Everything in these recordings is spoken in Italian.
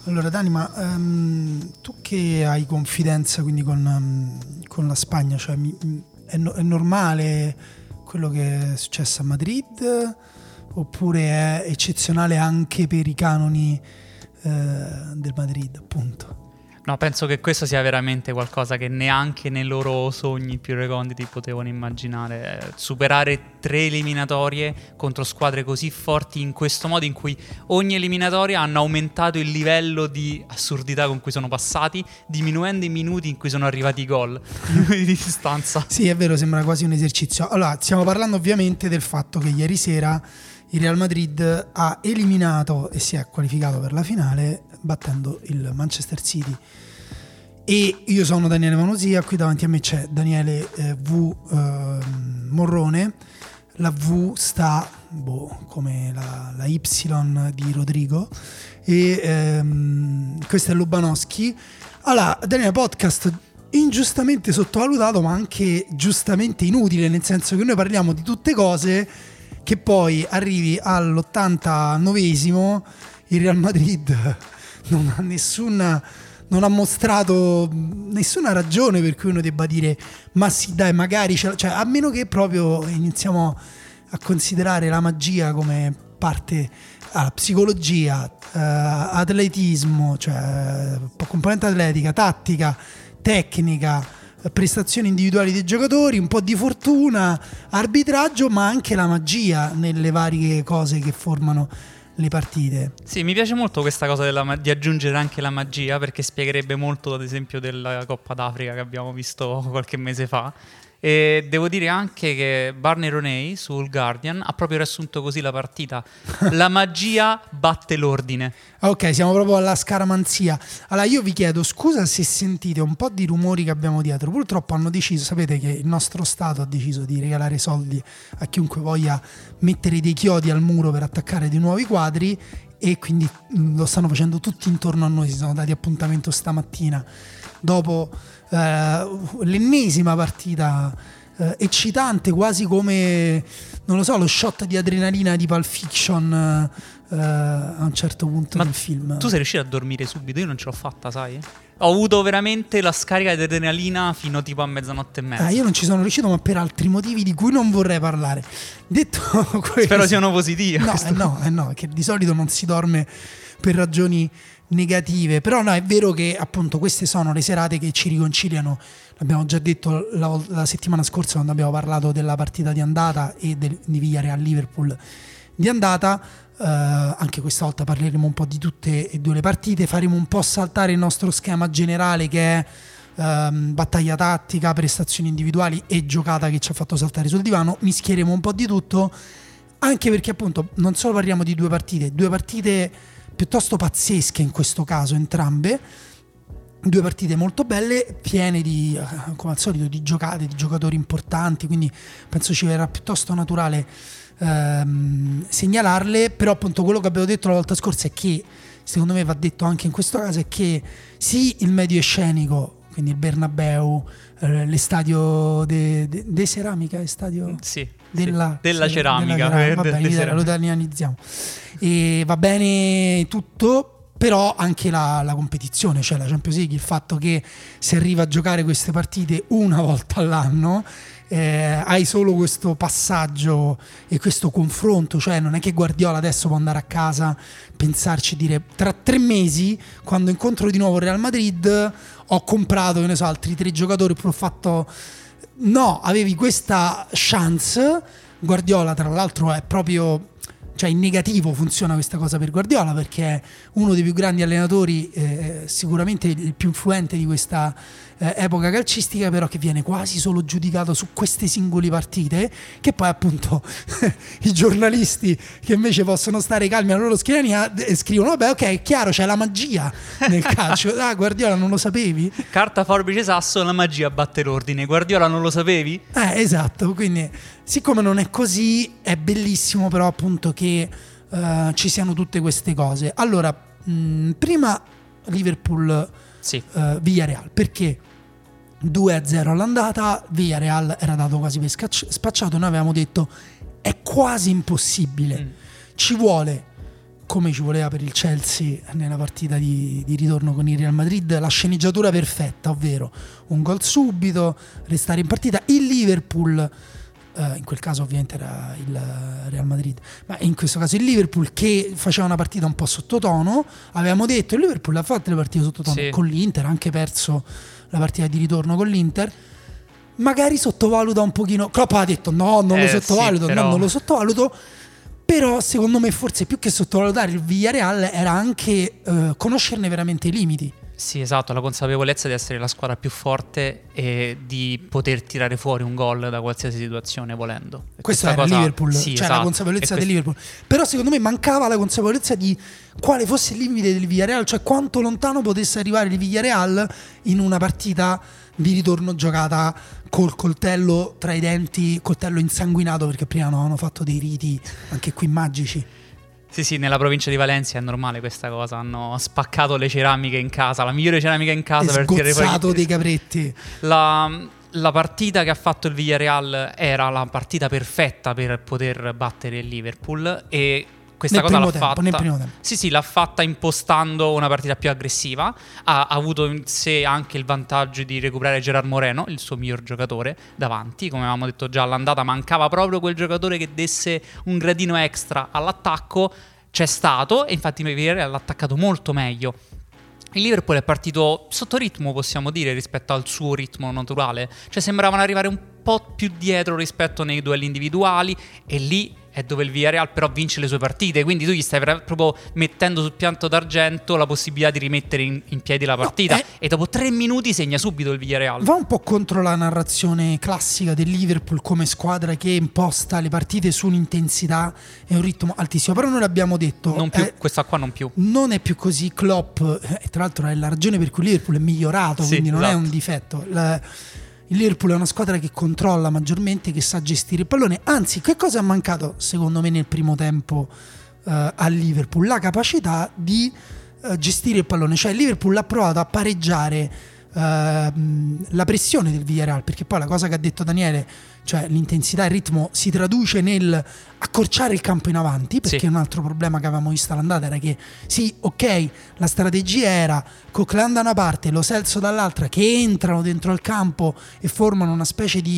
Allora Dani, ma tu che hai confidenza quindi con la Spagna, cioè è normale quello che è successo a Madrid oppure è eccezionale anche per i canoni del Madrid, appunto? No, penso che questo sia veramente qualcosa che neanche nei loro sogni più reconditi potevano immaginare. Superare 3 eliminatorie contro squadre così forti in questo modo, in cui ogni eliminatoria hanno aumentato il livello di assurdità con cui sono passati, diminuendo i minuti in cui sono arrivati i gol, i minuti di distanza. Sì, è vero, sembra quasi un esercizio. Allora, stiamo parlando ovviamente del fatto che ieri sera il Real Madrid ha eliminato e si è qualificato per la finale battendo il Manchester City. E io sono Daniele Manosia, qui davanti a me c'è Daniele Morrone. La V sta come la Y di Rodrigo e questo è Lubanowski. Allora, Daniele, podcast ingiustamente sottovalutato ma anche giustamente inutile, nel senso che noi parliamo di tutte cose che poi arrivi all'89esimo il Real Madrid non ha mostrato nessuna ragione per cui uno debba dire ma sì dai magari cioè a meno che proprio iniziamo a considerare la magia come parte psicologia, atletismo, cioè componente atletica, tattica, tecnica, prestazioni individuali dei giocatori, un po' di fortuna, arbitraggio, ma anche la magia nelle varie cose che formano le partite. Sì, mi piace molto questa cosa di aggiungere anche la magia, perché spiegherebbe molto, ad esempio, della Coppa d'Africa che abbiamo visto qualche mese fa. E devo dire anche che Barney Ronay sul Guardian ha proprio riassunto così la partita: la magia batte l'ordine. Ok, siamo proprio alla scaramanzia. Allora io vi chiedo scusa se sentite un po' di rumori che abbiamo dietro. Purtroppo hanno deciso, sapete che il nostro Stato ha deciso di regalare soldi a chiunque voglia mettere dei chiodi al muro per attaccare dei nuovi quadri, e quindi lo stanno facendo tutti intorno a noi. Si sono dati appuntamento stamattina dopo l'ennesima partita eccitante, quasi come, non lo so, lo shot di adrenalina di Pulp Fiction a un certo punto del film. Tu sei riuscito a dormire subito? Io non ce l'ho fatta, sai? Ho avuto veramente la scarica di adrenalina fino tipo a 00:30. Io non ci sono riuscito, ma per altri motivi di cui non vorrei parlare. Detto questo, spero siano positivi. No, che di solito non si dorme per ragioni negative, però no, è vero che appunto queste sono le serate che ci riconciliano. L'abbiamo già detto la settimana scorsa quando abbiamo parlato della partita di andata e di Villarreal-Liverpool di andata. Anche questa volta parleremo un po' di tutte e due le partite, faremo un po' saltare il nostro schema generale che è battaglia tattica, prestazioni individuali e giocata che ci ha fatto saltare sul divano. Mischieremo un po' di tutto, anche perché appunto non solo parliamo di due partite piuttosto pazzesche in questo caso, entrambe due partite molto belle, piene di, come al solito, di giocate, di giocatori importanti, quindi penso ci verrà piuttosto naturale segnalarle. Però appunto quello che abbiamo detto la volta scorsa è che, secondo me va detto anche in questo caso, è che sì, il medio scenico, quindi il Bernabeu, l'estadio de ceramica, è stadio della ceramica, lo italianizziamo, e va bene tutto, però anche la competizione, cioè la Champions League, il fatto che si arriva a giocare queste partite una volta all'anno, hai solo questo passaggio e questo confronto, cioè non è che Guardiola adesso può andare a casa, pensarci e dire tra 3 mesi quando incontro di nuovo il Real Madrid ho comprato, che ne so, altri 3 giocatori, ho fatto. No, avevi questa chance. Guardiola tra l'altro è proprio, cioè in negativo funziona questa cosa per Guardiola, perché è uno dei più grandi allenatori, sicuramente il più influente di questa epoca calcistica, però che viene quasi solo giudicato su queste singole partite, che poi appunto i giornalisti che invece possono stare calmi alla loro scrivania scrivono vabbè, ok, è chiaro, c'è la magia nel calcio. Guardiola, non lo sapevi? Carta, forbice, sasso, la magia batte l'ordine. Guardiola, non lo sapevi? Esatto, quindi siccome non è così, è bellissimo però appunto che ci siano tutte queste cose. Allora, prima Liverpool Villarreal, perché 2-0 all'andata, Villarreal era dato quasi per spacciato. Noi avevamo detto è quasi impossibile, ci vuole come ci voleva per il Chelsea nella partita di ritorno con il Real Madrid, la sceneggiatura perfetta, ovvero un gol subito, restare in partita. Il Liverpool, in quel caso ovviamente era il Real Madrid, ma in questo caso il Liverpool, che faceva una partita un po' sottotono. Avevamo detto il Liverpool ha fatto le partite sottotono, sì, con l'Inter, ha anche perso la partita di ritorno con l'Inter. Magari sottovaluta un pochino. Klopp ha detto no, non lo sottovaluto, sì, però... no, non lo sottovaluto. Però secondo me forse più che sottovalutare il Villarreal era anche conoscerne veramente i limiti. Sì, esatto, la consapevolezza di essere la squadra più forte e di poter tirare fuori un gol da qualsiasi situazione volendo. Questa era cosa... Liverpool, sì, cioè esatto. La consapevolezza del Liverpool. Però secondo me mancava la consapevolezza di quale fosse il limite del Villarreal, cioè quanto lontano potesse arrivare il Villarreal in una partita di ritorno giocata col coltello tra i denti, coltello insanguinato, perché prima hanno fatto dei riti anche qui magici. Sì, nella provincia di Valencia è normale questa cosa. Hanno spaccato le ceramiche in casa, la migliore ceramica in casa, per tirare fuori dei capretti. La partita che ha fatto il Villarreal era la partita perfetta per poter battere il Liverpool, e questa cosa l'ha fatta nel primo tempo. Sì, l'ha fatta impostando una partita più aggressiva. Ha avuto in sé anche il vantaggio di recuperare Gerard Moreno, il suo miglior giocatore, davanti. Come avevamo detto già all'andata, mancava proprio quel giocatore che desse un gradino extra all'attacco. C'è stato, e infatti Villarreal l'ha attaccato molto meglio. Il Liverpool è partito sotto ritmo, possiamo dire, rispetto al suo ritmo naturale. Cioè sembravano arrivare un po' più dietro rispetto nei duelli individuali, e lì è dove il Villarreal però vince le sue partite. Quindi tu gli stai proprio mettendo sul piatto d'argento la possibilità di rimettere in piedi la partita, e dopo 3 minuti segna subito il Villarreal. Va un po' contro la narrazione classica del Liverpool come squadra che imposta le partite su un'intensità e un ritmo altissimo. Però noi l'abbiamo detto, non più, questa qua non più. Non è più così. Klopp, tra l'altro è la ragione per cui il Liverpool è migliorato, sì, quindi non è un difetto. Il Liverpool è una squadra che controlla maggiormente, che sa gestire il pallone. Anzi, che cosa è mancato secondo me nel primo tempo al Liverpool? La capacità di gestire il pallone. Cioè il Liverpool ha provato a pareggiare la pressione del Villarreal, perché poi la cosa che ha detto Daniele, cioè l'intensità e il ritmo, si traduce nel accorciare il campo in avanti, perché sì, un altro problema che avevamo visto all'andata era che sì, ok, la strategia era Coquelin da una parte, Lo Celso dall'altra, che entrano dentro il campo e formano una specie di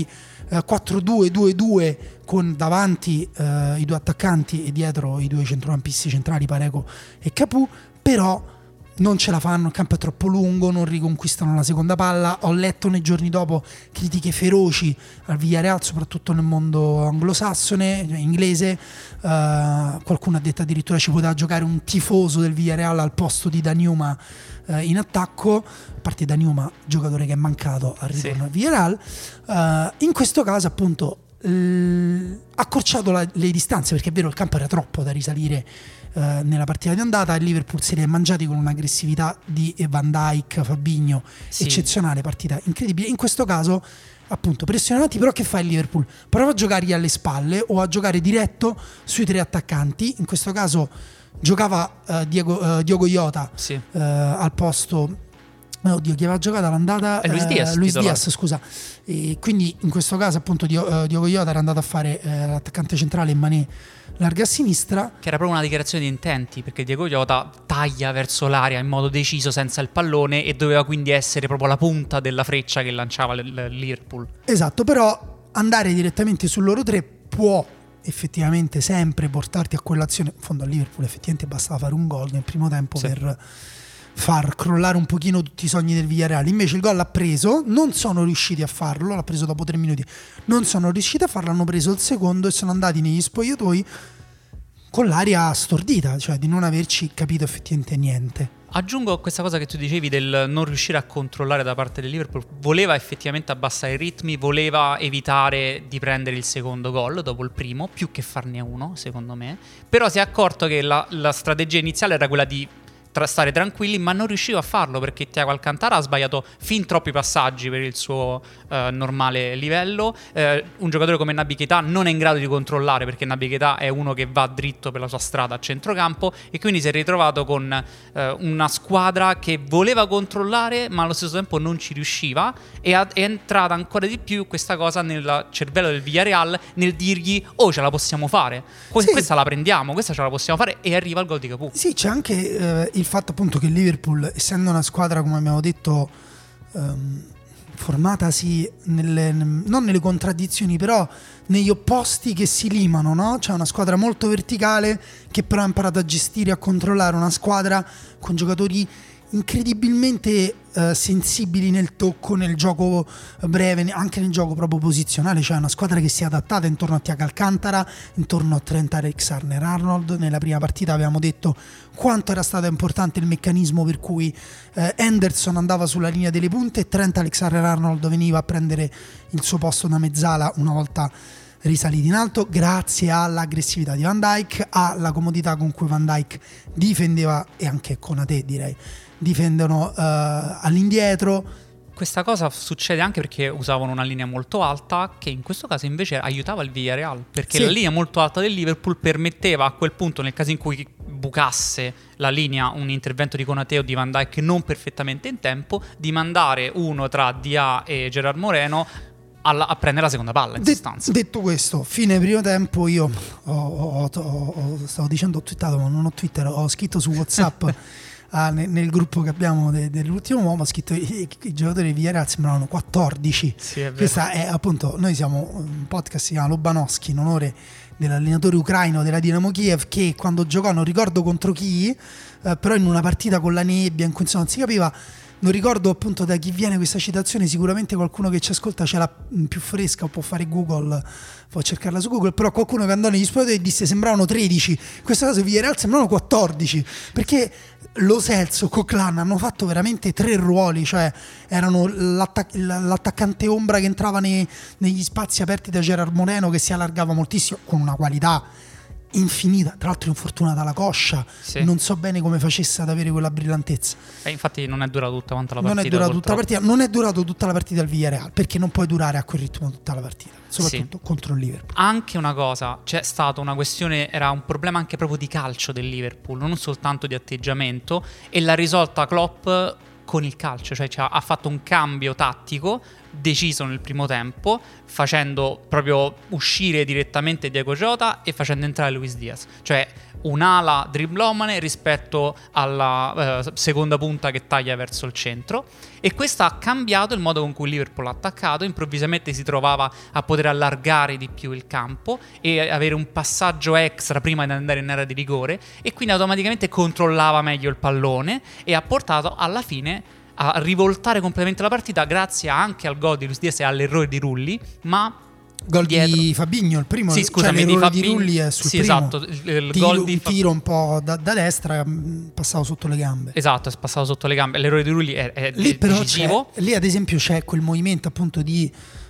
4-2-2-2 con davanti i 2 attaccanti e dietro i 2 centrocampisti centrali, Parejo e Capu. Però non ce la fanno, il campo è troppo lungo, non riconquistano la seconda palla. Ho letto nei giorni dopo critiche feroci al Villarreal, soprattutto nel mondo anglosassone, inglese. Qualcuno ha detto addirittura ci poteva giocare un tifoso del Villarreal al posto di Danjuma in attacco, a parte Danjuma, giocatore che è mancato al ritorno al Villarreal. In questo caso appunto accorciato le distanze, perché è vero, il campo era troppo da risalire nella partita di andata. Il Liverpool se li è mangiati con un'aggressività di Van Dijk, Fabinho, eccezionale, partita incredibile. In questo caso appunto pressionati, però che fa il Liverpool? Prova a giocargli alle spalle o a giocare diretto sui 3 attaccanti. In questo caso giocava Diogo Jota al posto, oddio, chi aveva giocato all'andata? Luis Diaz, scusa. E quindi in questo caso appunto Diogo Jota era andato a fare l'attaccante centrale, Mané larga a sinistra, che era proprio una dichiarazione di intenti, perché Diogo Jota taglia verso l'area in modo deciso senza il pallone, e doveva quindi essere proprio la punta della freccia che lanciava il Liverpool. Esatto, però andare direttamente su loro 3 può effettivamente sempre portarti a quell'azione. In fondo al Liverpool effettivamente bastava fare un gol nel primo tempo per far crollare un pochino tutti i sogni del Villarreal. Invece il gol l'ha preso, non sono riusciti a farlo, l'ha preso dopo 3 minuti, non sono riusciti a farlo, hanno preso il secondo e sono andati negli spogliatoi con l'aria stordita, cioè di non averci capito effettivamente niente. Aggiungo questa cosa che tu dicevi del non riuscire a controllare da parte del Liverpool. Voleva effettivamente abbassare i ritmi, voleva evitare di prendere il secondo gol dopo il primo, più che farne uno, secondo me. Però si è accorto che la strategia iniziale era quella di stare tranquilli, ma non riusciva a farlo perché Thiago Alcantara ha sbagliato fin troppi passaggi per il suo normale livello. Un giocatore come Naby Keita non è in grado di controllare, perché Naby Keita è uno che va dritto per la sua strada a centrocampo, e quindi si è ritrovato con una squadra che voleva controllare ma allo stesso tempo non ci riusciva, e è entrata ancora di più questa cosa nel cervello del Villarreal, nel dirgli oh, ce la possiamo fare, questa la prendiamo, questa ce la possiamo fare, e arriva il gol di Cafu. Sì, c'è anche il fatto appunto che il Liverpool, essendo una squadra, come abbiamo detto, formatasi non nelle contraddizioni, però negli opposti che si limano, no? C'è una squadra molto verticale che però ha imparato a gestire, a controllare una squadra con giocatori incredibilmente sensibili nel tocco, nel gioco breve, anche nel gioco proprio posizionale. Cioè una squadra che si è adattata intorno a Thiago Alcantara, intorno a Trent Alexander-Arnold. Nella prima partita avevamo detto quanto era stato importante il meccanismo per cui Henderson andava sulla linea delle punte e Trent Alexander-Arnold veniva a prendere il suo posto da mezzala una volta risaliti in alto, grazie all'aggressività di Van Dijk, alla comodità con cui Van Dijk difendeva, e anche Konaté direi difendono all'indietro. Questa cosa succede anche perché usavano una linea molto alta, che in questo caso invece aiutava il Villarreal, perché la linea molto alta del Liverpool permetteva a quel punto, nel caso in cui bucasse la linea un intervento di Konaté o di Van Dijk non perfettamente in tempo, di mandare uno tra Dia e Gerard Moreno a prendere la seconda palla in sostanza. Detto questo, fine primo tempo, io stavo dicendo ho twittato, ma non ho Twitter, ho scritto su WhatsApp nel gruppo che abbiamo dell'ultimo uomo, ho scritto i giocatori di Villarreal sembravano 14. Sì, è vero. Questa è appunto, noi siamo un podcast che si chiama Lobanovsky in onore dell'allenatore ucraino della Dinamo Kiev, che quando giocò, non ricordo contro chi, però in una partita con la nebbia in cui insomma non si capiva, non ricordo appunto da chi viene questa citazione, sicuramente qualcuno che ci ascolta ce l'ha più fresca o può fare Google, può cercarla su Google, però qualcuno che andò negli spogliatoi e disse sembravano 13, in questo caso Villarreal sembravano 14, perché Lo Celso, Coquelin hanno fatto veramente 3 ruoli, cioè erano l'attaccante ombra che entrava negli spazi aperti da Gerard Moreno, che si allargava moltissimo con una qualità infinita, tra l'altro infortunata alla coscia, sì. Non so bene come facesse ad avere quella brillantezza, infatti non è durato tutta quanta la partita, non è durato tutta la partita al Villarreal, perché non puoi durare a quel ritmo tutta la partita, soprattutto contro il Liverpool. Anche una cosa, c'è stata una questione, era un problema anche proprio di calcio del Liverpool, non soltanto di atteggiamento, e l'ha risolta Klopp con il calcio, cioè ha fatto un cambio tattico deciso nel primo tempo, facendo proprio uscire direttamente Diego Jota e facendo entrare Luis Diaz, cioè un'ala driblomane rispetto alla seconda punta che taglia verso il centro, e questo ha cambiato il modo con cui Liverpool ha attaccato. Improvvisamente si trovava a poter allargare di più il campo e avere un passaggio extra prima di andare in area di rigore, e quindi automaticamente controllava meglio il pallone, e ha portato alla fine a rivoltare completamente la partita, grazie anche al gol di Luis Diaz e all'errore di Rulli, ma gol di Fabinho, il primo, sì, scusami, cioè l'errore di Rulli è sul primo. Esatto, il gol di tiro un po' da destra, passavo sotto le gambe. Esatto, è passato sotto le gambe. L'errore di Rulli è lì però decisivo. Lì ad esempio c'è quel movimento appunto di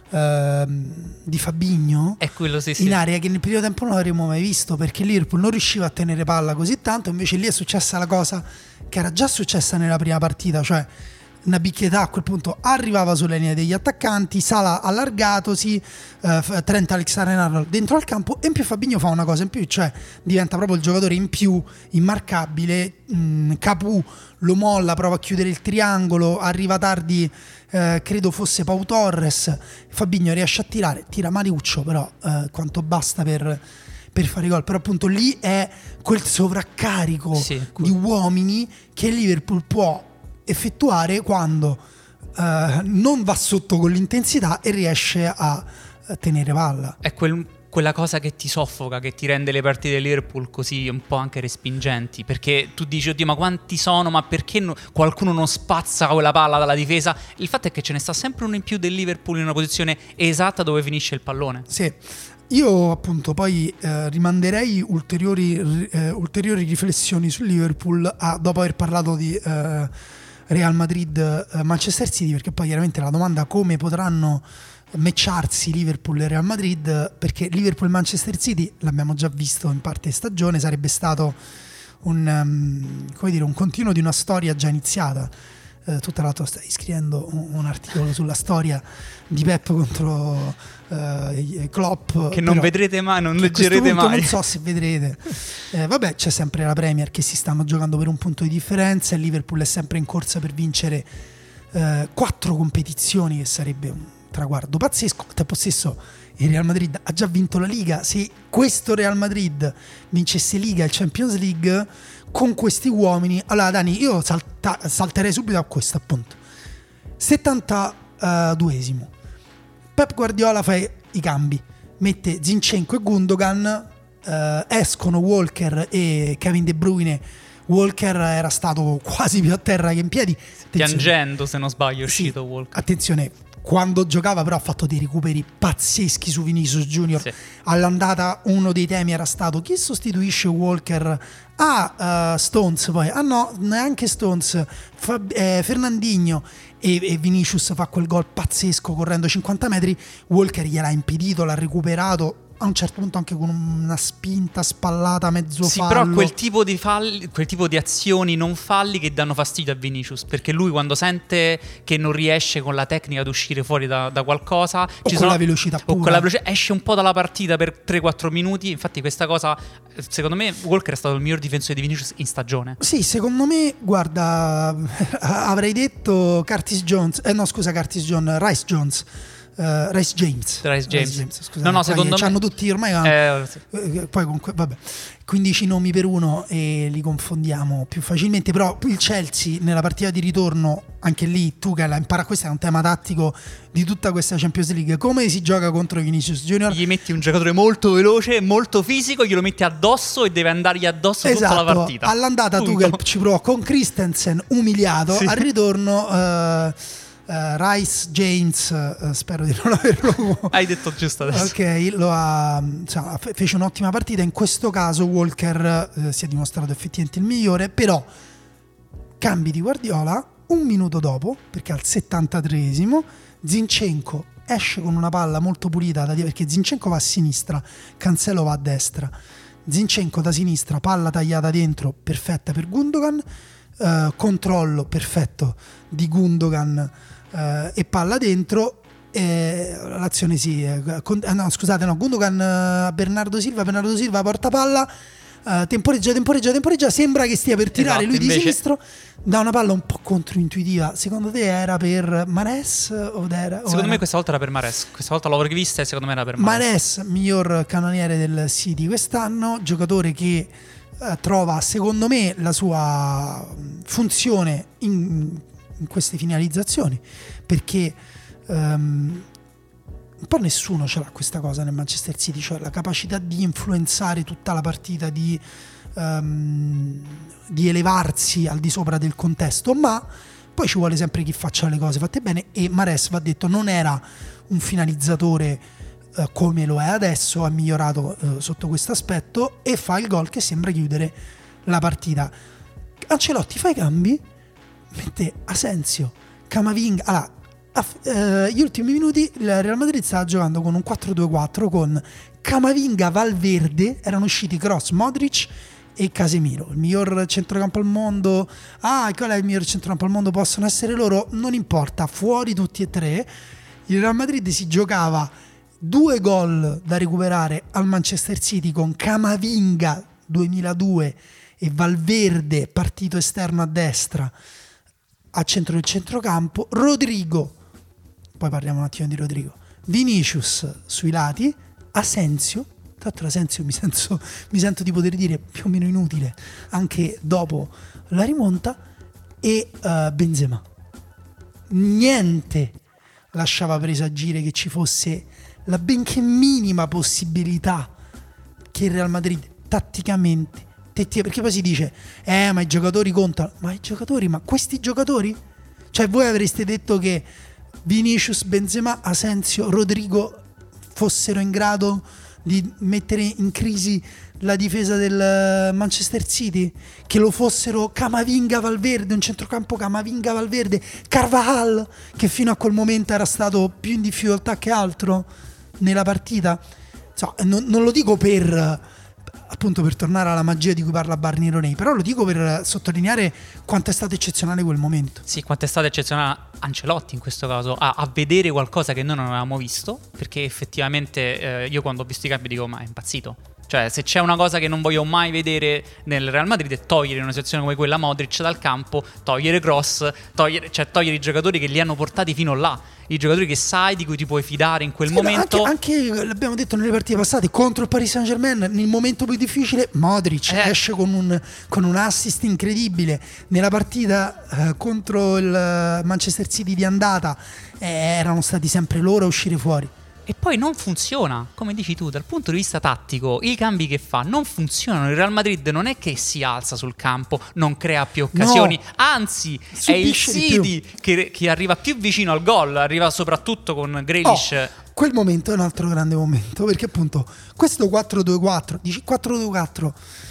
Fabinho, è quello, sì, in area, che nel primo tempo non avremmo mai visto, perché il Liverpool non riusciva a tenere palla così tanto. Invece lì è successa la cosa che era già successa nella prima partita, cioè Naby Keita a quel punto arrivava sulla linea degli attaccanti, Salah allargatosi, Trent Alexander-Arnold dentro al campo, e in più Fabinho fa una cosa in più, cioè diventa proprio il giocatore in più immarcabile. Cafu lo molla, prova a chiudere il triangolo, arriva tardi, credo fosse Pau Torres, Fabinho riesce a tira maliuccio, però quanto basta per fare gol. Però appunto lì è quel sovraccarico di uomini che il Liverpool può effettuare quando non va sotto con l'intensità e riesce a tenere palla. È quella cosa che ti soffoca, che ti rende le partite del Liverpool così un po' anche respingenti, perché tu dici oddio, ma quanti sono, ma perché qualcuno non spazza quella palla dalla difesa? Il fatto è che ce ne sta sempre uno in più del Liverpool in una posizione esatta dove finisce il pallone. Sì. Io appunto poi rimanderei ulteriori riflessioni sul Liverpool dopo aver parlato di Real Madrid Manchester City, perché poi chiaramente la domanda come potranno matcharsi Liverpool e Real Madrid, perché Liverpool Manchester City l'abbiamo già visto in parte stagione, sarebbe stato un continuo di una storia già iniziata. Tu tra l'altro stai scrivendo un articolo sulla storia di Pep contro Klopp, che non vedrete mai, non leggerete mai. Non so se vedrete. Vabbè, c'è sempre la Premier che si stanno giocando per un punto di differenza, e Liverpool è sempre in corsa per vincere 4 competizioni, che sarebbe un traguardo pazzesco. Al tempo stesso il Real Madrid ha già vinto la Liga. Se questo Real Madrid vincesse Liga e Champions League con questi uomini, allora Dani, io salterei subito a questo, appunto. 72esimo, Pep Guardiola fa i cambi, mette Zinchenko e Gundogan, escono Walker e Kevin De Bruyne. Walker era stato quasi più a terra che in piedi, piangendo, se non sbaglio, è uscito sì, Walker. Attenzione, quando giocava però ha fatto dei recuperi pazzeschi su Vinicius Junior. Sì. All'andata uno dei temi era stato: chi sostituisce Walker? Stones, poi no, neanche Stones, Fernandinho, e Vinicius fa quel gol pazzesco correndo 50 metri. Walker gliel'ha impedito, l'ha recuperato a un certo punto anche con una spinta spallata mezzo fallo. Sì, però quel tipo di falli, quel tipo di azioni non falli che danno fastidio a Vinicius, perché lui quando sente che non riesce con la tecnica ad uscire fuori da qualcosa, la velocità pura, o con la velocità, esce un po' dalla partita per 3-4 minuti. Infatti questa cosa, secondo me, Walker è stato il miglior difensore di Vinicius in stagione. Sì, secondo me, guarda, avrei detto Rice James, scusate, no, secondo me hanno tutti ormai sì. Poi comunque vabbè, 15 nomi per uno e li confondiamo più facilmente. Però il Chelsea nella partita di ritorno, anche lì tu che la impara, questo è un tema tattico di tutta questa Champions League: come si gioca contro Vinicius Junior. Gli metti un giocatore molto veloce, molto fisico, glielo metti addosso e deve andargli addosso tutta la partita. All'andata Tuchel ci provò con Christensen umiliato, sì. Al ritorno Rice James, spero di non averlo hai detto giusto adesso. Ok, fece un'ottima partita. In questo caso Walker si è dimostrato effettivamente il migliore. Però cambi di Guardiola un minuto dopo, perché al 73esimo Zinchenko esce con una palla molto pulita perché Zinchenko va a sinistra, Cancelo va a destra. Zinchenko da sinistra, palla tagliata dentro, perfetta per Gundogan, controllo perfetto di Gundogan, e palla dentro, l'azione Gundogan a Bernardo Silva porta palla, temporeggia, sembra che stia per tirare, esatto, lui di sinistro dà una palla un po' controintuitiva. Secondo te era per Mahrez secondo me questa volta era per Mahrez, questa volta l'ho rivista e secondo me era per Mahrez, miglior cannoniere del City quest'anno, giocatore che trova secondo me la sua funzione in queste finalizzazioni, perché un po' nessuno ce l'ha questa cosa nel Manchester City, cioè la capacità di influenzare tutta la partita, di elevarsi al di sopra del contesto, ma poi ci vuole sempre chi faccia le cose fatte bene, e Mahrez, va detto, non era un finalizzatore come lo è adesso, ha migliorato sotto questo aspetto e fa il gol che sembra chiudere la partita. Ancelotti fa i cambi, mette Asensio, Camavinga. Allora, gli ultimi minuti il Real Madrid stava giocando con un 4-2-4 con Camavinga, Valverde, erano usciti Kroos, Modric e Casemiro. Il miglior centrocampo al mondo. Qual è il miglior centrocampo al mondo? Possono essere loro, non importa, fuori tutti e tre. Il Real Madrid si giocava 2 gol da recuperare al Manchester City con Camavinga 2002 e Valverde partito esterno a destra a centro del centrocampo, Rodrigo, poi parliamo un attimo di Rodrigo, Vinicius sui lati, Asensio, tra l'altro Asensio mi sento di poter dire più o meno inutile anche dopo la rimonta, e Benzema. Niente lasciava presagire che ci fosse la benché minima possibilità che il Real Madrid tatticamente, perché poi si dice ma i giocatori contano, ma questi giocatori, cioè voi avreste detto che Vinicius, Benzema, Asensio, Rodrigo fossero in grado di mettere in crisi la difesa del Manchester City, che lo fossero Camavinga, Valverde, un centrocampo Camavinga, Valverde, Carvajal, che fino a quel momento era stato più in difficoltà che altro nella partita. Non lo dico per appunto per tornare alla magia di cui parla Barney Roney, però lo dico per sottolineare quanto è stato eccezionale quel momento. Sì, quanto è stato eccezionale Ancelotti in questo caso a vedere qualcosa che noi non avevamo visto, perché effettivamente io quando ho visto i cambi dico ma è impazzito. Cioè, se c'è una cosa che non voglio mai vedere nel Real Madrid è togliere in una situazione come quella Modric dal campo, togliere Kroos, togliere i giocatori che li hanno portati fino là, i giocatori che sai, di cui ti puoi fidare in quel momento. Anche l'abbiamo detto nelle partite passate, contro il Paris Saint-Germain, nel momento più difficile, Modric esce con un assist incredibile. Nella partita contro il Manchester City di andata erano stati sempre loro a uscire fuori. E poi non funziona, come dici tu, dal punto di vista tattico, i cambi che fa non funzionano. Il Real Madrid non è che si alza sul campo, non crea più occasioni, no, anzi è il City che arriva più vicino al gol, arriva soprattutto con Grealish. Quel momento è un altro grande momento, perché appunto questo 4-2-4, dici 4-2-4,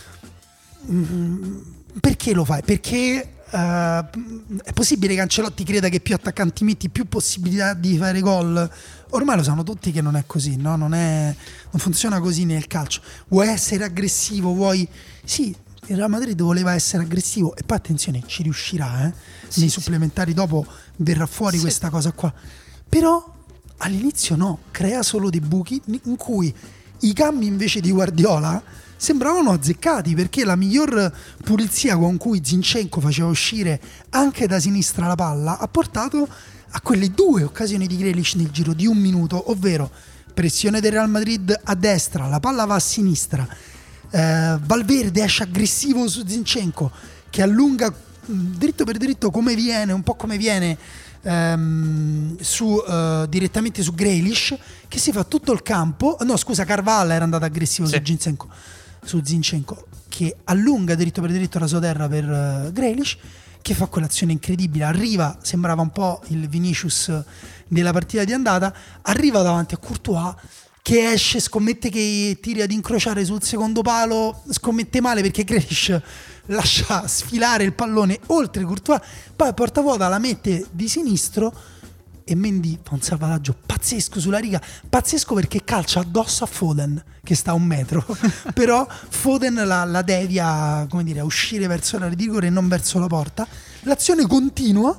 perché lo fai? Perché è possibile che Ancelotti creda che più attaccanti metti più possibilità di fare gol? Ormai lo sanno tutti che non è così, no? Non funziona così nel calcio. Vuoi essere aggressivo, sì, il Real Madrid voleva essere aggressivo e poi attenzione, ci riuscirà, nei supplementari dopo verrà fuori questa cosa qua. Però all'inizio no, crea solo dei buchi in cui i cambi invece di Guardiola sembravano azzeccati, perché la miglior pulizia con cui Zinchenko faceva uscire anche da sinistra la palla ha portato a quelle 2 occasioni di Grealish nel giro di 1 minuto, ovvero pressione del Real Madrid a destra, la palla va a sinistra, Valverde esce aggressivo su Zinchenko che allunga dritto per dritto come viene, un po' come viene direttamente su Grealish, che si fa tutto il campo. No, scusa, Carvalho era andato aggressivo su Zinchenko, che allunga dritto per dritto la sua terra per Grealish, che fa quell'azione incredibile, arriva, sembrava un po' il Vinicius della partita di andata, arriva davanti a Courtois che esce, scommette che tiri ad incrociare sul secondo palo, scommette male perché Grealish lascia sfilare il pallone oltre Courtois, poi a porta vuota la mette di sinistro e Mendy fa un salvataggio pazzesco sulla riga, pazzesco perché calcia addosso a Foden che sta a 1 metro però Foden la devia, come dire, a uscire verso l'area di rigore e non verso la porta. L'azione continua,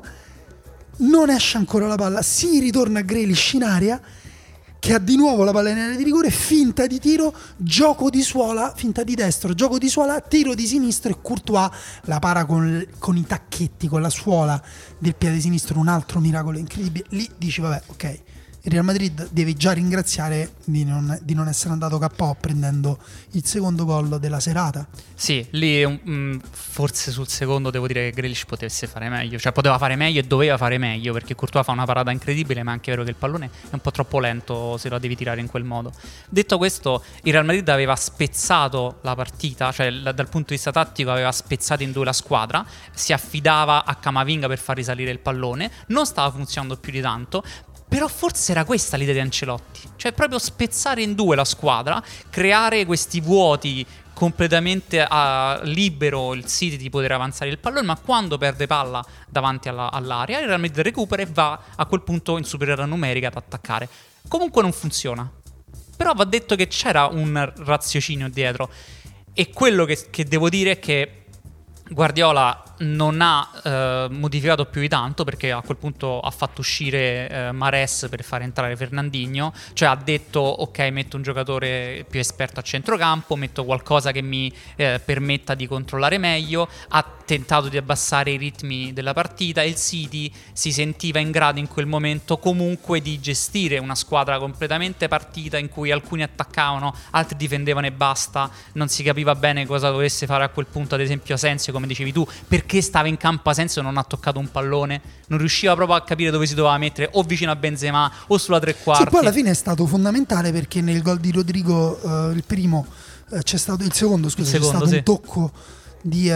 non esce ancora la palla, si ritorna a Grealish in area che ha di nuovo la palla in area di rigore, finta di tiro, gioco di suola, finta di destro, gioco di suola, tiro di sinistro e Courtois la para con i tacchetti, con la suola del piede sinistro, un altro miracolo incredibile. Lì dici vabbè, ok, il Real Madrid deve già ringraziare di non essere andato KO prendendo il secondo gol della serata. Sì, lì forse sul secondo devo dire che Grealish potesse fare meglio, cioè poteva fare meglio e doveva fare meglio, perché Courtois fa una parata incredibile, ma è anche vero che il pallone è un po' troppo lento se lo devi tirare in quel modo. Detto questo, il Real Madrid aveva spezzato la partita, cioè dal punto di vista tattico aveva spezzato in 2 la squadra, si affidava a Camavinga per far risalire il pallone, non stava funzionando più di tanto. Però forse era questa l'idea di Ancelotti, cioè proprio spezzare in 2 la squadra, creare questi vuoti completamente libero il City di poter avanzare il pallone, ma quando perde palla davanti all'area il Real Madrid recupera e va a quel punto in superiorità numerica ad attaccare. Comunque non funziona, però va detto che c'era un raziocinio dietro, e quello che devo dire è che Guardiola non ha modificato più di tanto, perché a quel punto ha fatto uscire Mahrez per fare entrare Fernandinho, cioè ha detto ok, metto un giocatore più esperto a centrocampo, metto qualcosa che mi permetta di controllare meglio, ha tentato di abbassare i ritmi della partita. Il City si sentiva in grado in quel momento comunque di gestire una squadra completamente partita, in cui alcuni attaccavano, altri difendevano e basta, non si capiva bene cosa dovesse fare a quel punto, ad esempio Asensio, come dicevi tu, perché stava in campo Asensio, non ha toccato un pallone, non riusciva proprio a capire dove si doveva mettere, o vicino a Benzema o sulla tre quarti. Sì, poi alla fine è stato fondamentale, perché nel gol di Rodrigo il primo c'è stato il secondo, scusa, c'è stato un tocco di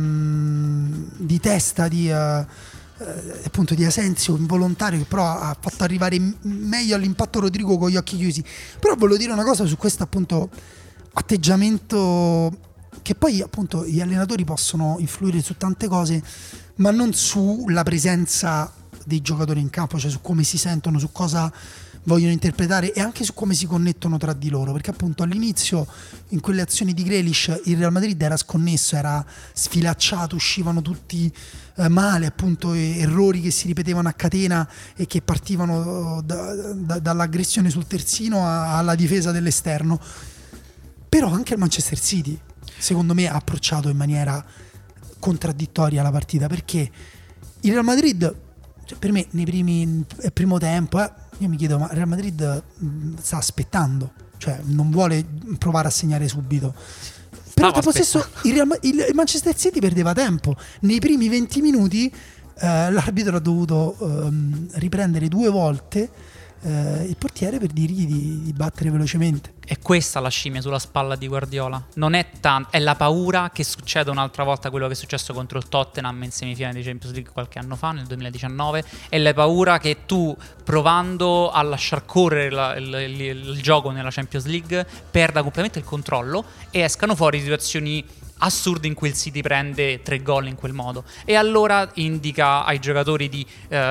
testa appunto di Asensio involontario, che però ha fatto arrivare meglio all'impatto Rodrigo con gli occhi chiusi. Però volevo dire una cosa su questo appunto atteggiamento, che poi appunto gli allenatori possono influire su tante cose, ma non sulla presenza dei giocatori in campo, cioè su come si sentono, su cosa vogliono interpretare e anche su come si connettono tra di loro, perché appunto all'inizio in quelle azioni di Grealish il Real Madrid era sconnesso, era sfilacciato, uscivano tutti male, appunto errori che si ripetevano a catena e che partivano dall'aggressione sul terzino alla difesa dell'esterno. Però anche il Manchester City secondo me ha approcciato in maniera contraddittoria la partita, perché il Real Madrid, cioè, per me nel primo tempo io mi chiedo, ma il Real Madrid sta aspettando, cioè non vuole provare a segnare subito. Però tempo stesso il Manchester City perdeva tempo. Nei primi 20 minuti l'arbitro ha dovuto riprendere 2 volte il portiere per dirgli di battere velocemente. È questa la scimmia sulla spalla di Guardiola. Non è tanto, è la paura che succeda un'altra volta quello che è successo contro il Tottenham in semifinale di Champions League qualche anno fa, nel 2019. È la paura che tu, provando a lasciar correre il gioco nella Champions League, perda completamente il controllo e escano fuori situazioni assurde in cui il City prende 3 gol in quel modo. E allora indica ai giocatori di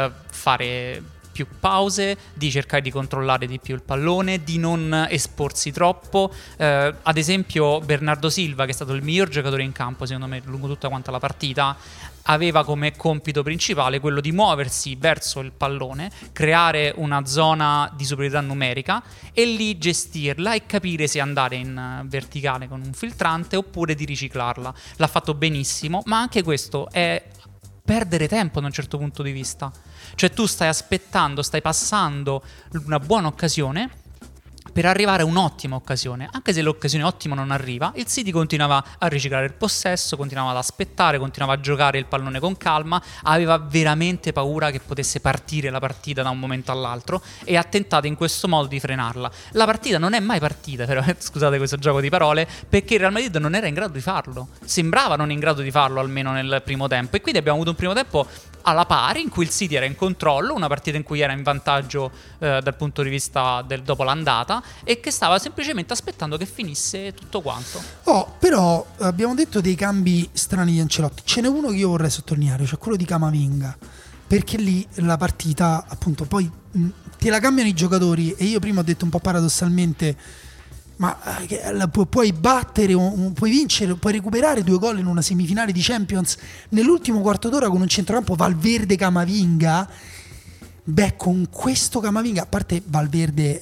fare più pause, di cercare di controllare di più il pallone, di non esporsi troppo. Ad esempio Bernardo Silva, che è stato il miglior giocatore in campo secondo me lungo tutta quanta la partita, aveva come compito principale quello di muoversi verso il pallone, creare una zona di superiorità numerica e lì gestirla e capire se andare in verticale con un filtrante oppure di riciclarla. L'ha fatto benissimo, ma anche questo è perdere tempo da un certo punto di vista. Cioè tu stai aspettando, stai passando una buona occasione per arrivare a un'ottima occasione. Anche se l'occasione ottima non arriva, il City continuava a riciclare il possesso, continuava ad aspettare, continuava a giocare il pallone con calma, aveva veramente paura che potesse partire la partita da un momento all'altro e ha tentato in questo modo di frenarla. La partita non è mai partita, però scusate questo gioco di parole, perché il Real Madrid non era in grado di farlo. Sembrava non in grado di farlo almeno nel primo tempo, e quindi abbiamo avuto un primo tempo alla pari in cui il City era in controllo, una partita in cui era in vantaggio dal punto di vista del dopo l'andata, e che stava semplicemente aspettando che finisse tutto quanto. Però abbiamo detto dei cambi strani di Ancelotti, ce n'è uno che io vorrei sottolineare, cioè quello di Camavinga, perché lì la partita appunto poi te la cambiano i giocatori, e io prima ho detto un po' paradossalmente, ma puoi battere, puoi vincere, puoi recuperare 2 gol in una semifinale di Champions nell'ultimo quarto d'ora con un centrocampo Valverde Camavinga. Beh, con questo Camavinga, a parte Valverde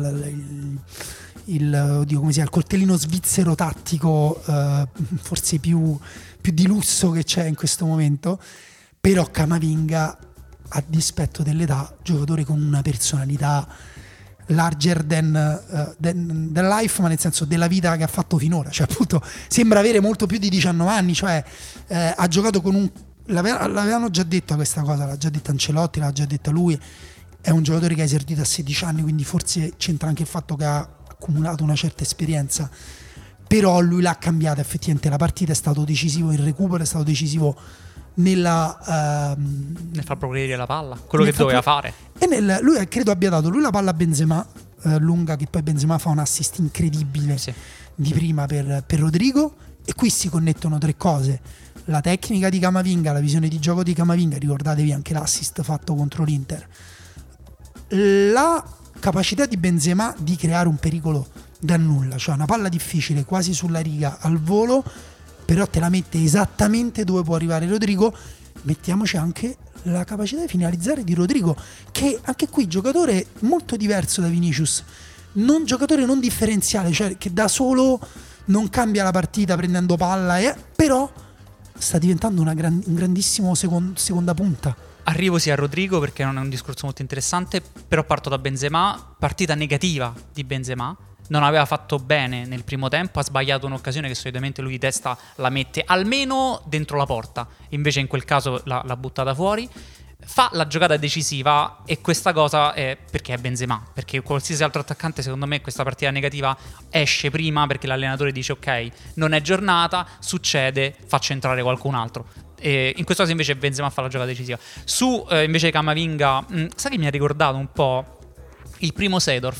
il coltellino svizzero tattico forse più di lusso che c'è in questo momento, però Camavinga, a dispetto dell'età, giocatore con una personalità larger than life, ma nel senso della vita che ha fatto finora, cioè appunto sembra avere molto più di 19 anni, cioè ha giocato con l'avevano già detto questa cosa, l'ha già detta Ancelotti, l'ha già detta lui, è un giocatore che ha esordito a 16 anni, quindi forse c'entra anche il fatto che ha accumulato una certa esperienza, però lui l'ha cambiata effettivamente la partita, è stato decisivo in recupero, è stato decisivo nel far progredire la palla, quello che doveva fare, e lui credo abbia dato la palla a Benzema lunga, che poi Benzema fa un assist incredibile, sì, di prima per Rodrigo, e qui si connettono 3 cose: la tecnica di Camavinga, la visione di gioco di Camavinga, ricordatevi anche l'assist fatto contro l'Inter, la capacità di Benzema di creare un pericolo da nulla, cioè una palla difficile quasi sulla riga al volo, però te la mette esattamente dove può arrivare Rodrigo. Mettiamoci anche la capacità di finalizzare di Rodrigo, che anche qui giocatore molto diverso da Vinicius, giocatore non differenziale, cioè che da solo non cambia la partita prendendo palla, però sta diventando un grandissimo seconda punta. Arrivo a Rodrigo perché non è un discorso molto interessante, però parto da Benzema. Partita negativa di Benzema, non aveva fatto bene nel primo tempo, ha sbagliato un'occasione che solitamente lui di testa la mette almeno dentro la porta, invece in quel caso l'ha buttata fuori. Fa la giocata decisiva, e questa cosa è perché è Benzema, perché qualsiasi altro attaccante secondo me questa partita negativa esce prima, perché l'allenatore dice ok, non è giornata, succede, faccio entrare qualcun altro. E in questo caso invece Benzema fa la giocata decisiva. Su invece Camavinga, sai che mi ha ricordato un po' il primo Seedorf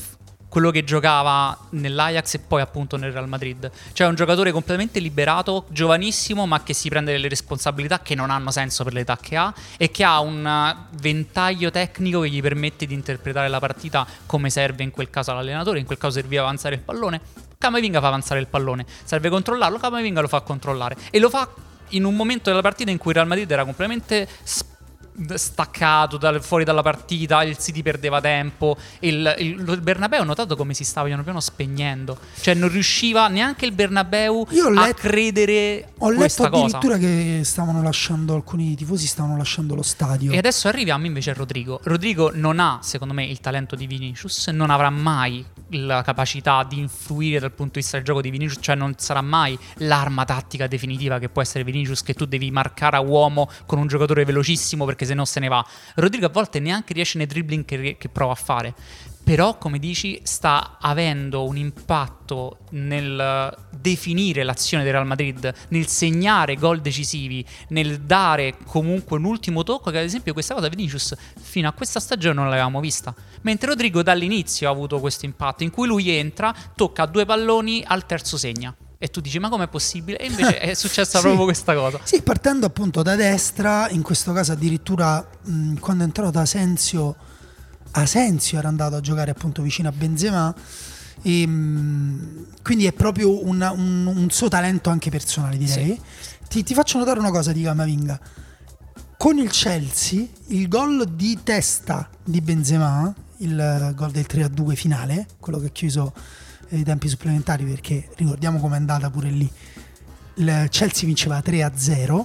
quello che giocava nell'Ajax e poi appunto nel Real Madrid. Cioè un giocatore completamente liberato, giovanissimo, ma che si prende delle responsabilità che non hanno senso per l'età che ha, e che ha un ventaglio tecnico che gli permette di interpretare la partita come serve in quel caso all'allenatore. In quel caso serviva avanzare il pallone, Camavinga fa avanzare il pallone. Serve controllarlo, Camavinga lo fa controllare, e lo fa in un momento della partita in cui il Real Madrid era completamente staccato fuori dalla partita, il City perdeva tempo, il Bernabeu, ho notato come si stava piano piano spegnendo, cioè non riusciva neanche il Bernabeu a credere questa cosa. Ho letto addirittura che stavano lasciando, alcuni tifosi stavano lasciando lo stadio. E adesso arriviamo invece a Rodrigo non ha, secondo me, il talento di Vinicius, non avrà mai la capacità di influire dal punto di vista del gioco di Vinicius, cioè non sarà mai l'arma tattica definitiva che può essere Vinicius, che tu devi marcare a uomo con un giocatore velocissimo perché se no se ne va. Rodrigo a volte neanche riesce nei dribbling che prova a fare, però come dici sta avendo un impatto nel definire l'azione del Real Madrid, nel segnare gol decisivi, nel dare comunque un ultimo tocco, che ad esempio questa cosa Vinicius fino a questa stagione non l'avevamo vista, mentre Rodrigo dall'inizio ha avuto questo impatto in cui lui entra, tocca 2 palloni, al terzo segna. E tu dici, ma com'è possibile? E invece è successa proprio questa cosa. Sì, partendo appunto da destra, in questo caso addirittura quando è entrato Asensio era andato a giocare appunto vicino a Benzema, e quindi è proprio un suo talento anche personale, direi. Sì. Ti faccio notare una cosa di Camavinga. Con il Chelsea, il gol di testa di Benzema, il gol del 3-2 finale, quello che ha chiuso i tempi supplementari, perché ricordiamo com'è andata pure lì, il Chelsea vinceva 3-0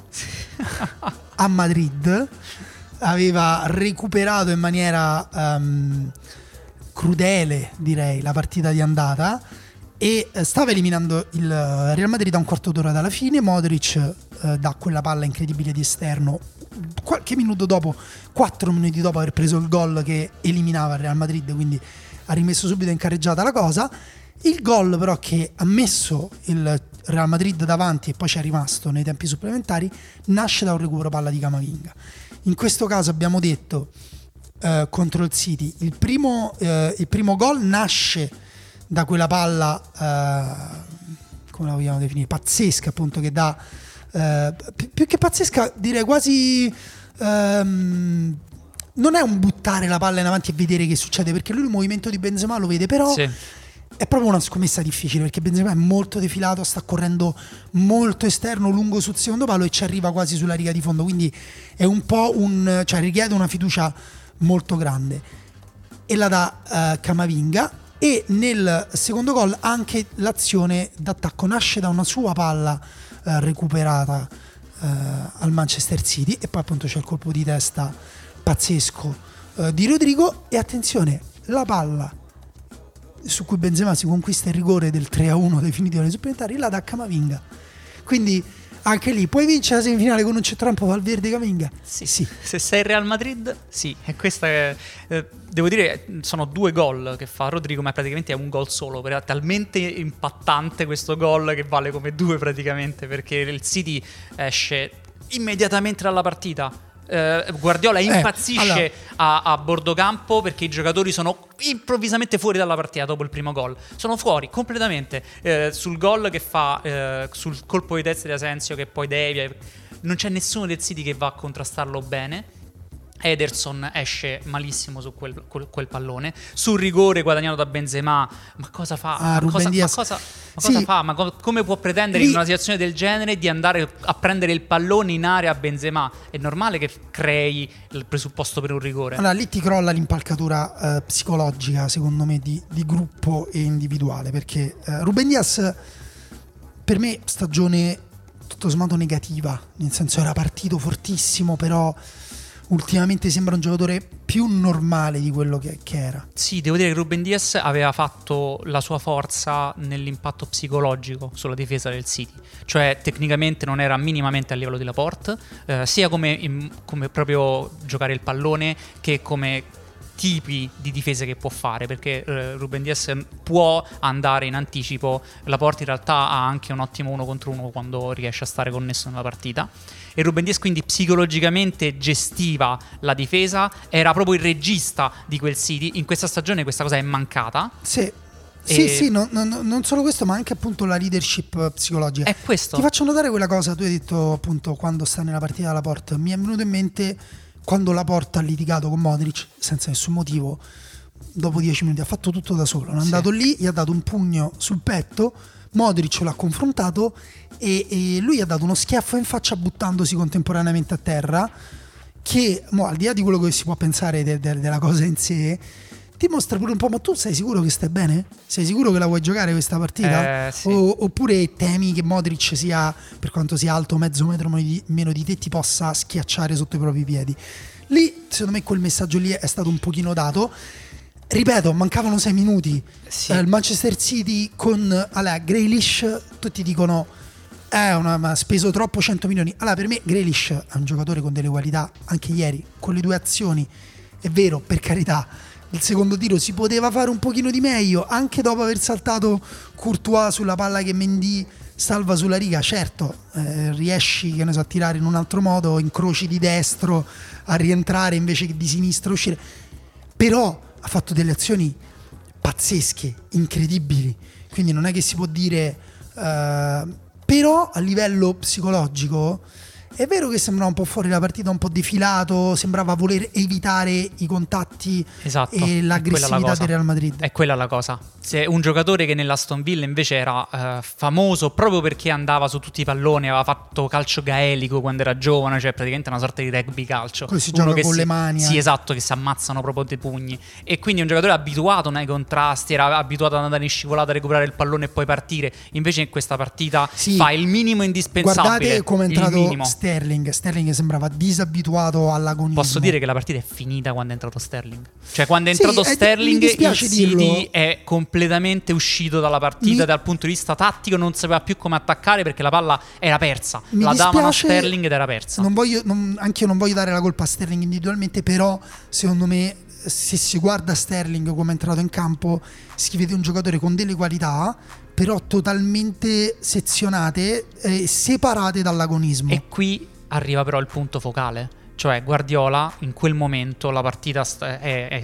a Madrid, aveva recuperato in maniera crudele, direi, la partita di andata e stava eliminando il Real Madrid a un quarto d'ora dalla fine. Modric dà quella palla incredibile di esterno qualche minuto dopo, 4 minuti dopo aver preso il gol che eliminava il Real Madrid, quindi ha rimesso subito in carreggiata la cosa. Il gol però che ha messo il Real Madrid davanti e poi ci è rimasto nei tempi supplementari nasce da un recupero palla di Camavinga. In questo caso abbiamo detto contro il City il primo gol nasce da quella palla come la vogliamo definire, pazzesca, appunto, che dà più che pazzesca direi quasi non è un buttare la palla in avanti e vedere che succede, perché lui il movimento di Benzema lo vede, però sì. È proprio una scommessa difficile, perché Benzema è molto defilato, sta correndo molto esterno, lungo sul secondo palo e ci arriva quasi sulla riga di fondo, quindi è un po' cioè richiede una fiducia molto grande, e la dà Camavinga. E nel secondo gol anche l'azione d'attacco nasce da una sua palla recuperata al Manchester City, e poi appunto c'è il colpo di testa pazzesco di Rodrigo. E attenzione, la palla su cui Benzema si conquista il rigore del 3-1 definitivo nei supplementari la dà Camavinga, quindi anche lì puoi vincere la semifinale con un centrocampo Valverde Camavinga. Sì. Se sei il Real Madrid, sì. E questa è, devo dire, sono 2 gol che fa Rodrigo, ma praticamente è un gol solo, perché è talmente impattante questo gol che vale come 2 praticamente, perché il City esce immediatamente dalla partita. Guardiola impazzisce a bordo campo perché i giocatori sono improvvisamente fuori dalla partita dopo il primo gol, sono fuori completamente. Sul gol che fa, sul colpo di testa di Asensio che poi devia, non c'è nessuno del City che va a contrastarlo bene. Ederson esce malissimo su quel pallone. Sul rigore guadagnato da Benzema, ma cosa fa? Cosa fa? Ma come può pretendere in una situazione del genere di andare a prendere il pallone in area a Benzema? È normale che crei il presupposto per un rigore. Allora lì ti crolla l'impalcatura psicologica, secondo me, di gruppo e individuale, perché Ruben Dias per me stagione tutto sommato negativa, nel senso era partito fortissimo, però ultimamente sembra un giocatore più normale di quello che era. Sì, devo dire che Ruben Dias aveva fatto la sua forza nell'impatto psicologico sulla difesa del City, cioè tecnicamente non era minimamente a livello di Laporte, sia come proprio giocare il pallone che come tipi di difese che può fare, perché Ruben Dias può andare in anticipo, la Porta in realtà ha anche un ottimo 1 contro 1 quando riesce a stare connesso nella partita, e Ruben Dias quindi psicologicamente gestiva la difesa, era proprio il regista di quel City. In questa stagione questa cosa è mancata. Sì. Sì, non solo questo, ma anche appunto la leadership psicologica. È questo. Ti faccio notare quella cosa, tu hai detto appunto quando sta nella partita della Porta, mi è venuto in mente quando la Porta ha litigato con Modric senza nessun motivo, dopo 10 minuti ha fatto tutto da solo, è andato lì, gli ha dato un pugno sul petto, Modric l'ha confrontato e lui gli ha dato uno schiaffo in faccia buttandosi contemporaneamente a terra, che al di là di quello che si può pensare della cosa in sé, ti mostra pure un po', ma tu sei sicuro che stai bene? Sei sicuro che la vuoi giocare questa partita? Sì. Oppure temi che Modric sia, per quanto sia alto mezzo metro meno di te, ti possa schiacciare sotto i propri piedi? Lì, secondo me, quel messaggio lì è stato un pochino dato. Ripeto, mancavano 6 minuti. Sì. Il Manchester City con Grealish, tutti dicono ha speso troppo 100 milioni. Allora, per me Grealish è un giocatore con delle qualità. Anche ieri, con le 2 azioni, è vero, per carità, il secondo tiro si poteva fare un pochino di meglio, anche dopo aver saltato Courtois sulla palla che Mendy salva sulla riga. Certo, riesci, che ne so, a tirare in un altro modo, incroci di destro, a rientrare invece che di sinistra uscire, però ha fatto delle azioni pazzesche, incredibili, quindi non è che si può dire però a livello psicologico è vero che sembrava un po' fuori la partita, un po' defilato, sembrava voler evitare i contatti, esatto, e l'aggressività del Real Madrid. È quella la cosa. Se un giocatore che nell'Aston Villa invece era famoso proprio perché andava su tutti i palloni, aveva fatto calcio gaelico quando era giovane, cioè praticamente una sorta di rugby calcio. Così si gioca con le mani. Sì, esatto, che si ammazzano proprio dei pugni. E quindi un giocatore abituato ai contrasti, era abituato ad andare in scivolata, a recuperare il pallone e poi partire. Invece in questa partita fa il minimo indispensabile. Guardate come è entrato Sterling sembrava disabituato all'agonismo. Posso dire che la partita è finita quando è entrato Sterling. Cioè quando è entrato Sterling il City è completamente uscito dalla partita dal punto di vista tattico, non sapeva più come attaccare perché la palla era persa. La davano a Sterling ed era persa. Anche io non voglio dare la colpa a Sterling individualmente, però secondo me se si guarda Sterling come è entrato in campo si vede un giocatore con delle qualità però totalmente sezionate e separate dall'agonismo. E qui arriva però il punto focale, cioè Guardiola in quel momento la partita sta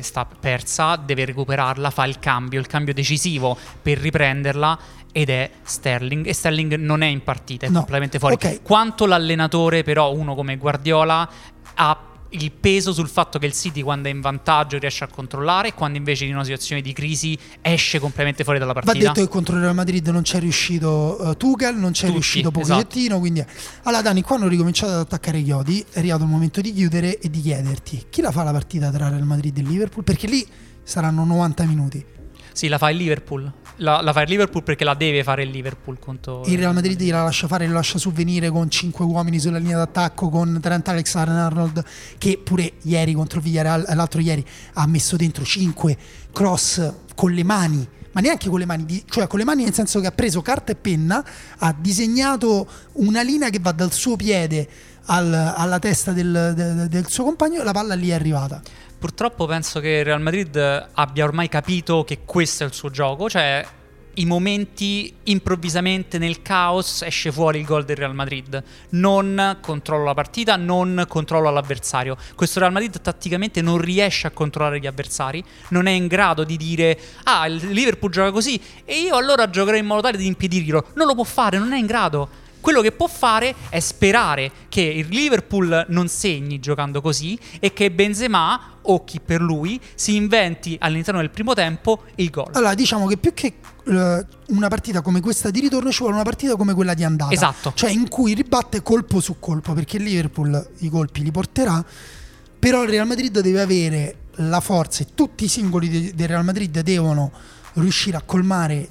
persa, deve recuperarla, fa il cambio decisivo per riprenderla ed è Sterling, e Sterling non è in partita, è completamente fuori. Quanto l'allenatore però, uno come Guardiola, ha il peso sul fatto che il City quando è in vantaggio riesce a controllare, quando invece in una situazione di crisi esce completamente fuori dalla partita. Va detto che contro il Real Madrid non c'è riuscito Tuchel, non c'è riuscito Pochettino, esatto. Quindi allora Dani, quando ho ricominciato ad attaccare i chiodi è arrivato il momento di chiudere e di chiederti chi la fa la partita tra Real Madrid e Liverpool, perché lì saranno 90 minuti. Sì, la fa il Liverpool. La fa il Liverpool perché la deve fare il Liverpool contro il Real Madrid. La lascia fare, lo lascia sovvenire con 5 uomini sulla linea d'attacco, con Trent Alexander-Arnold che pure ieri contro Villarreal, l'altro ieri, ha messo dentro 5 cross con le mani, ma neanche con le mani, cioè con le mani nel senso che ha preso carta e penna, ha disegnato una linea che va dal suo piede alla testa del suo compagno e la palla lì è arrivata. Purtroppo penso che il Real Madrid abbia ormai capito che questo è il suo gioco, cioè i momenti improvvisamente nel caos esce fuori il gol del Real Madrid, non controllo la partita, non controllo l'avversario. Questo Real Madrid tatticamente non riesce a controllare gli avversari, non è in grado di dire il Liverpool gioca così e io allora giocherò in modo tale di impedirlo. Non lo può fare, non è in grado. Quello che può fare è sperare che il Liverpool non segni giocando così e che Benzema o chi per lui si inventi all'interno del primo tempo il gol. Allora diciamo che più che una partita come questa di ritorno ci vuole una partita come quella di andata, esatto, cioè in cui ribatte colpo su colpo, perché il Liverpool i colpi li porterà, però il Real Madrid deve avere la forza e tutti i singoli del Real Madrid devono riuscire a colmare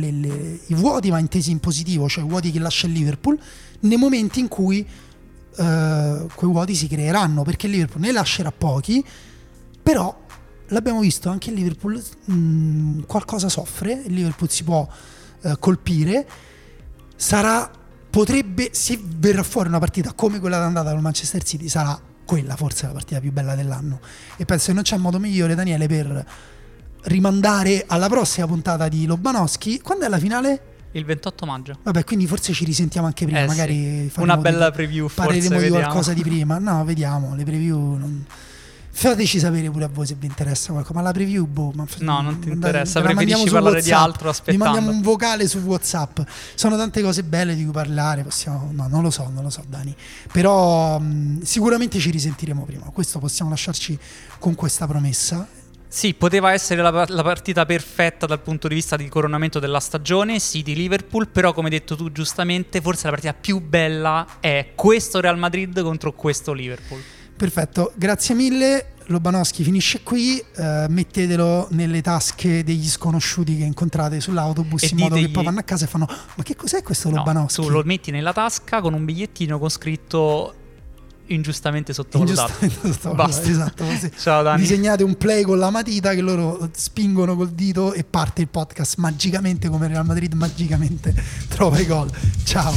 i vuoti, ma intesi in positivo, cioè i vuoti che lascia il Liverpool nei momenti in cui quei vuoti si creeranno, perché il Liverpool ne lascerà pochi, però l'abbiamo visto anche il Liverpool qualcosa soffre, il Liverpool si può colpire, potrebbe, se verrà fuori una partita come quella d'andata con Manchester City, sarà quella forse è la partita più bella dell'anno, e penso che non c'è modo migliore, Daniele, per rimandare alla prossima puntata di Lobanowski. Quando è la finale? Il 28 maggio. Vabbè, quindi forse ci risentiamo anche prima, magari sì. Una bella preview, parleremo forse, di vediamo. qualcosa di prima. No, vediamo, le preview fateci sapere pure a voi se vi interessa qualcosa, ma la preview no, non ti interessa, preferisci parlare di altro aspettando. Vi mandiamo un vocale su WhatsApp. Sono tante cose belle di cui parlare, no, non lo so Dani, però sicuramente ci risentiremo prima, questo possiamo lasciarci con questa promessa. Sì, poteva essere la partita perfetta dal punto di vista di coronamento della stagione, City-Liverpool, però come hai detto tu giustamente, forse la partita più bella è questo Real Madrid contro questo Liverpool. Perfetto, grazie mille. Lobanowski finisce qui, mettetelo nelle tasche degli sconosciuti che incontrate sull'autobus, in modo che poi vanno a casa e fanno: ma che cos'è questo Lobanowski? Tu lo metti nella tasca con un bigliettino con scritto ingiustamente sottovalutato. Basta. Esatto, così. Ciao Dani. Disegnate un play con la matita che loro spingono col dito e parte il podcast magicamente, come Real Madrid magicamente trova i gol. Ciao.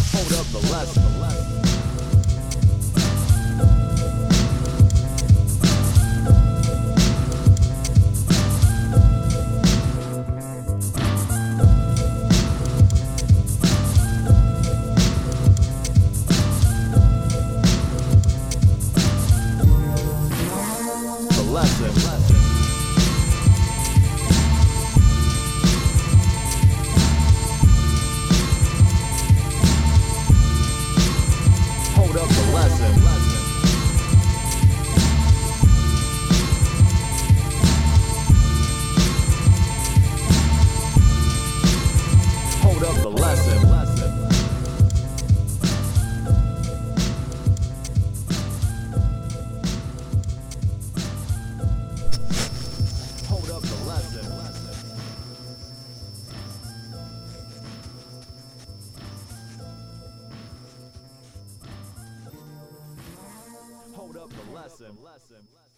Hold up the lesson.